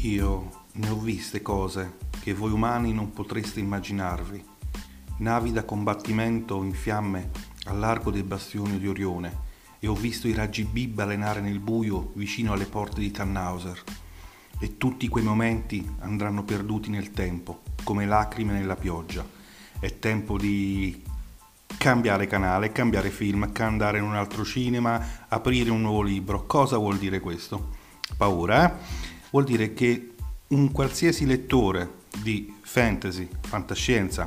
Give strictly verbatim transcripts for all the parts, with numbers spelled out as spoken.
Io ne ho viste cose che voi umani non potreste immaginarvi. Navi da combattimento in fiamme al largo dei bastioni di Orione e ho visto i raggi B balenare nel buio vicino alle porte di Tannhauser. E tutti quei momenti andranno perduti nel tempo, come lacrime nella pioggia. È tempo di cambiare canale, cambiare film, andare in un altro cinema, aprire un nuovo libro. Cosa vuol dire questo? Paura, eh? Vuol dire che un qualsiasi lettore di fantasy, fantascienza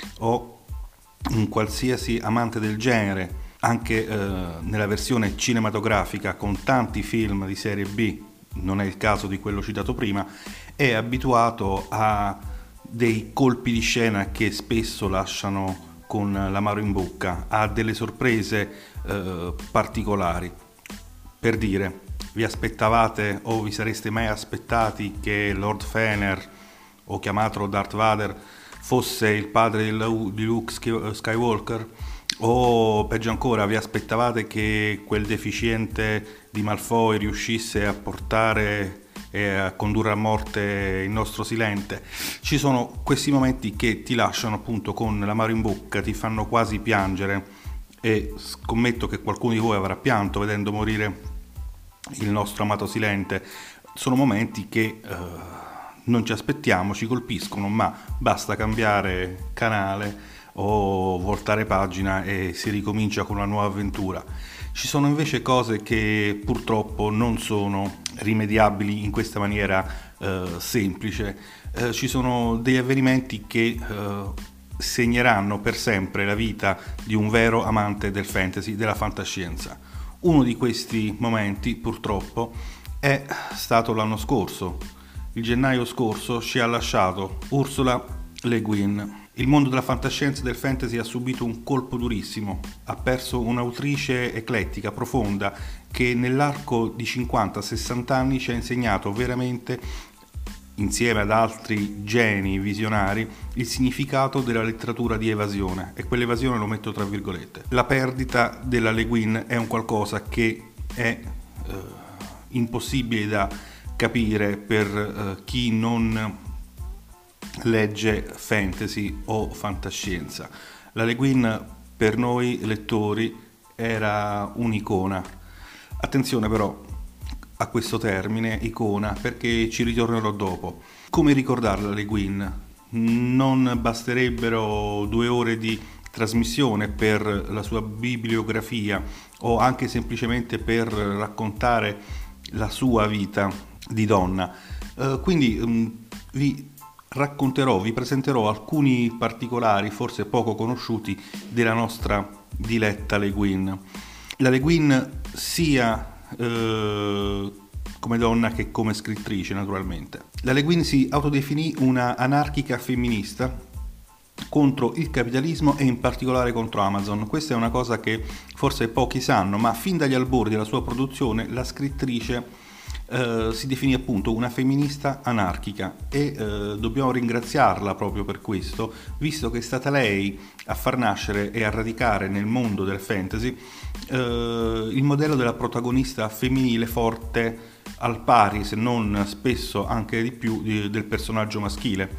o un qualsiasi amante del genere, anche eh, nella versione cinematografica con tanti film di serie B, non è il caso di quello citato prima, è abituato a dei colpi di scena che spesso lasciano con l'amaro in bocca, a delle sorprese eh, particolari. Per dire, vi aspettavate o vi sareste mai aspettati che Lord Fener, o chiamatelo Darth Vader, fosse il padre di Luke Skywalker? O peggio ancora, vi aspettavate che quel deficiente di Malfoy riuscisse a portare e a condurre a morte il nostro Silente? Ci sono questi momenti che ti lasciano appunto con l'amaro in bocca, ti fanno quasi piangere, e scommetto che qualcuno di voi avrà pianto vedendo morire il nostro amato Silente. Sono momenti che uh, non ci aspettiamo, ci colpiscono, ma basta cambiare canale o voltare pagina e si ricomincia con una nuova avventura. Ci sono invece cose che purtroppo non sono rimediabili in questa maniera uh, semplice. Uh, ci sono degli avvenimenti che uh, segneranno per sempre la vita di un vero amante del fantasy, della fantascienza. Uno di questi momenti, purtroppo, è stato l'anno scorso. Il gennaio scorso ci ha lasciato Ursula Le Guin. Il mondo della fantascienza e del fantasy ha subito un colpo durissimo. Ha perso un'autrice eclettica, profonda, che nell'arco di cinquanta sessanta anni ci ha insegnato veramente, insieme ad altri geni visionari, il significato della letteratura di evasione, e quell'evasione lo metto tra virgolette. La perdita della Le Guin è un qualcosa che è eh, impossibile da capire per eh, chi non legge fantasy o fantascienza. La Le Guin per noi lettori era un'icona. Attenzione però a questo termine, icona, perché ci ritornerò dopo. Come ricordarla Le Guin? Non basterebbero due ore di trasmissione per la sua bibliografia o anche semplicemente per raccontare la sua vita di donna. Uh, quindi um, vi racconterò, vi presenterò alcuni particolari, forse poco conosciuti, della nostra diletta Le Guin. La Le Guin sia Uh, come donna che come scrittrice, naturalmente. La Le Guin si autodefinì una anarchica femminista contro il capitalismo e in particolare contro Amazon. Questa è una cosa che forse pochi sanno, ma fin dagli albori della sua produzione la scrittrice Uh, si definì appunto una femminista anarchica, e uh, dobbiamo ringraziarla proprio per questo, visto che è stata lei a far nascere e a radicare nel mondo del fantasy uh, il modello della protagonista femminile forte al pari, se non spesso anche di più, di, del personaggio maschile.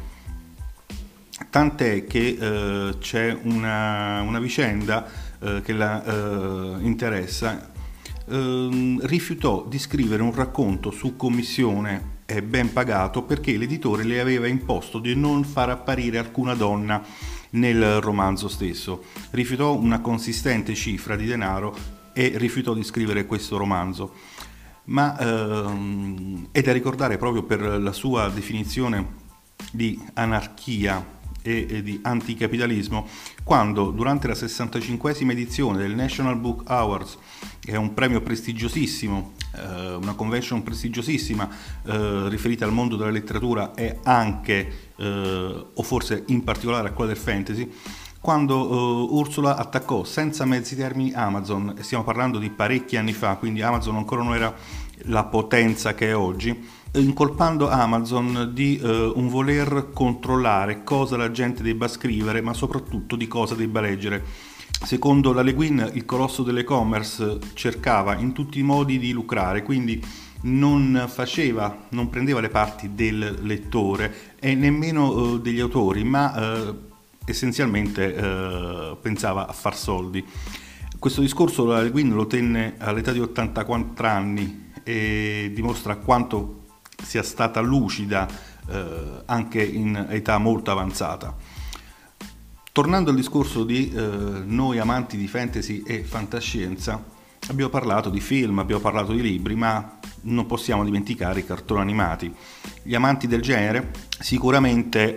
Tant'è che uh, c'è una, una vicenda uh, che la uh, interessa. Uh, rifiutò di scrivere un racconto su commissione e ben pagato perché l'editore le aveva imposto di non far apparire alcuna donna nel romanzo stesso. Rifiutò una consistente cifra di denaro e rifiutò di scrivere questo romanzo. Ma uh, è da ricordare proprio per la sua definizione di anarchia e di anticapitalismo, quando durante la sessantacinquesima edizione del National Book Awards, che è un premio prestigiosissimo, eh, una convention prestigiosissima eh, riferita al mondo della letteratura e anche, eh, o forse in particolare a quella del fantasy, quando uh, Ursula attaccò senza mezzi termini Amazon, e stiamo parlando di parecchi anni fa, quindi Amazon ancora non era la potenza che è oggi, incolpando Amazon di uh, un voler controllare cosa la gente debba scrivere, ma soprattutto di cosa debba leggere. Secondo la Le Guin, il colosso dell'e-commerce cercava in tutti i modi di lucrare, quindi non faceva, non prendeva le parti del lettore e nemmeno eh, degli autori, ma eh, essenzialmente eh, pensava a far soldi. Questo discorso la Le Guin lo tenne all'età di ottantaquattro anni e dimostra quanto sia stata lucida eh, anche in età molto avanzata. Tornando al discorso di eh, noi amanti di fantasy e fantascienza, abbiamo parlato di film, abbiamo parlato di libri, ma non possiamo dimenticare i cartoni animati. Gli amanti del genere sicuramente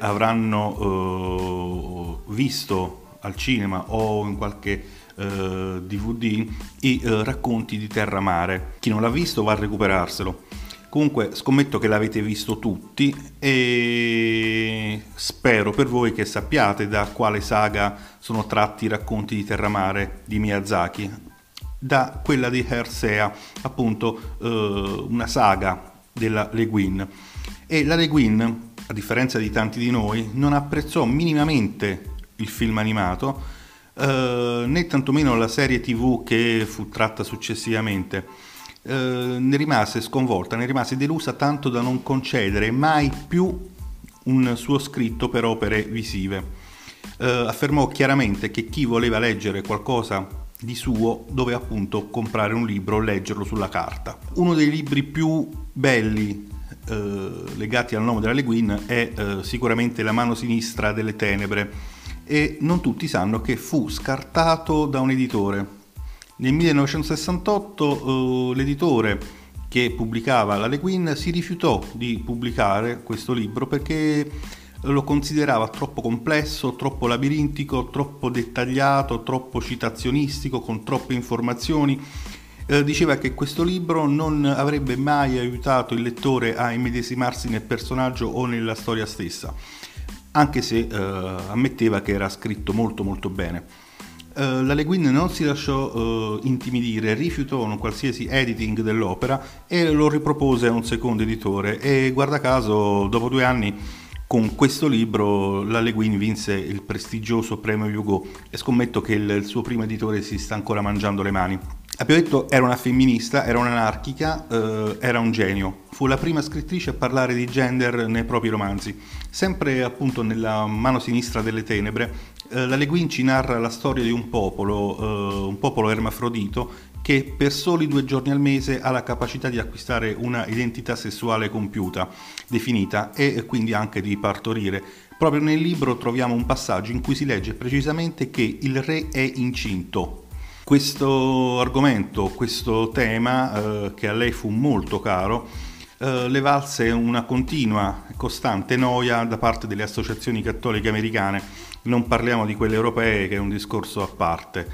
avranno eh, visto al cinema o in qualche Uh, D V D i uh, racconti di Terra Mare. Chi non l'ha visto va a recuperarselo. Comunque scommetto che l'avete visto tutti e spero per voi che sappiate da quale saga sono tratti i racconti di Terra Mare di Miyazaki. Da quella di Hersea, appunto uh, una saga della Le Guin. E la Le Guin, a differenza di tanti di noi, non apprezzò minimamente il film animato, Uh, né tantomeno la serie tivù che fu tratta successivamente. Uh, ne rimase sconvolta, ne rimase delusa tanto da non concedere mai più un suo scritto per opere visive. Uh, affermò chiaramente che chi voleva leggere qualcosa di suo doveva appunto comprare un libro o leggerlo sulla carta. Uno dei libri più belli uh, legati al nome della Le Guin è uh, sicuramente La mano sinistra delle tenebre, e non tutti sanno che fu scartato da un editore. Nel millenovecentosessantotto eh, l'editore che pubblicava la Le Guin si rifiutò di pubblicare questo libro perché lo considerava troppo complesso, troppo labirintico, troppo dettagliato, troppo citazionistico, con troppe informazioni. Eh, diceva che questo libro non avrebbe mai aiutato il lettore a immedesimarsi nel personaggio o nella storia stessa, anche se eh, ammetteva che era scritto molto molto bene. Eh, la Le Guin non si lasciò eh, intimidire, rifiutò un qualsiasi editing dell'opera e lo ripropose a un secondo editore e guarda caso dopo due anni con questo libro la Le Guin vinse il prestigioso premio Hugo e scommetto che il, il suo primo editore si sta ancora mangiando le mani. Abbiamo detto era una femminista, era un'anarchica, eh, era un genio. Fu la prima scrittrice a parlare di gender nei propri romanzi. Sempre appunto nella mano sinistra delle tenebre, eh, la Le Guin ci narra la storia di un popolo, eh, un popolo ermafrodito, che per soli due giorni al mese ha la capacità di acquistare una identità sessuale compiuta, definita, e quindi anche di partorire. Proprio nel libro troviamo un passaggio in cui si legge precisamente che il re è incinto. Questo argomento, questo tema, eh, che a lei fu molto caro, eh, le valse una continua e costante noia da parte delle associazioni cattoliche americane. Non parliamo di quelle europee, che è un discorso a parte.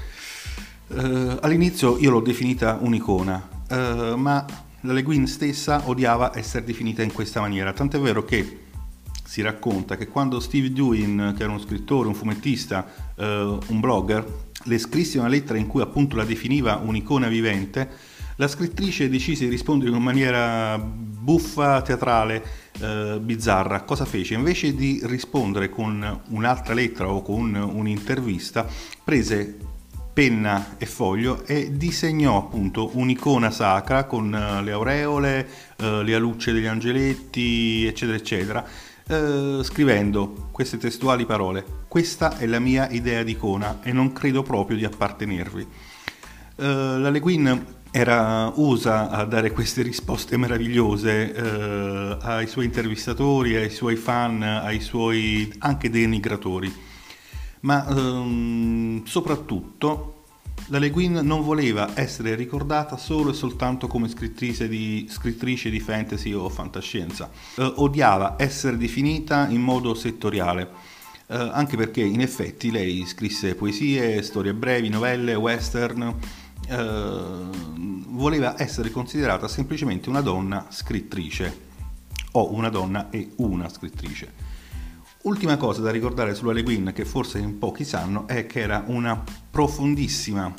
Eh, all'inizio io l'ho definita un'icona, eh, ma la Le Guin stessa odiava essere definita in questa maniera, tant'è vero che si racconta che quando Steve Dewey, che era uno scrittore, un fumettista, eh, un blogger, le scrisse una lettera in cui appunto la definiva un'icona vivente, la scrittrice decise di rispondere in una maniera buffa, teatrale, eh, bizzarra. Cosa fece? Invece di rispondere con un'altra lettera o con un'intervista, prese penna e foglio e disegnò appunto un'icona sacra con le aureole, eh, le alucce degli angeletti, eccetera eccetera, eh, scrivendo queste testuali parole: questa è la mia idea di icona e non credo proprio di appartenervi. Eh, la Le Guin era usa a dare queste risposte meravigliose eh, ai suoi intervistatori, ai suoi fan, ai suoi anche denigratori, ma ehm, soprattutto la Le Guin non voleva essere ricordata solo e soltanto come scrittrice di, scrittrice di fantasy o fantascienza. Eh, odiava essere definita in modo settoriale, eh, anche perché in effetti lei scrisse poesie, storie brevi, novelle, western. Eh, voleva essere considerata semplicemente una donna scrittrice, o una donna e una scrittrice. Ultima cosa da ricordare sulla Le Guin, che forse in pochi sanno, è che era una profondissima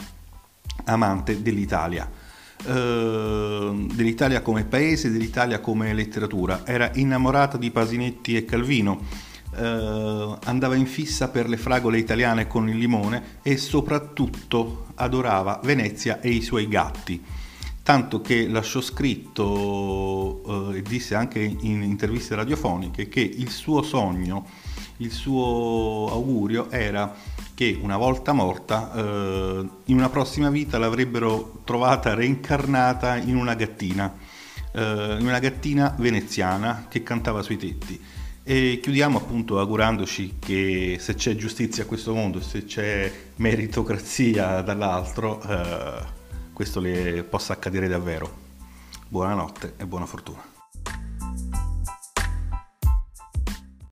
amante dell'Italia, eh, dell'Italia come paese, dell'Italia come letteratura. Era innamorata di Pasinetti e Calvino, eh, andava in fissa per le fragole italiane con il limone e soprattutto adorava Venezia e i suoi gatti. tanto che lasciò scritto eh, e disse anche in interviste radiofoniche che il suo sogno, il suo augurio era che una volta morta, eh, in una prossima vita l'avrebbero trovata reincarnata in una gattina, eh, in una gattina veneziana che cantava sui tetti. E chiudiamo appunto augurandoci che se c'è giustizia a questo mondo, se c'è meritocrazia dall'altro, eh, questo le possa accadere davvero. Buonanotte e buona fortuna.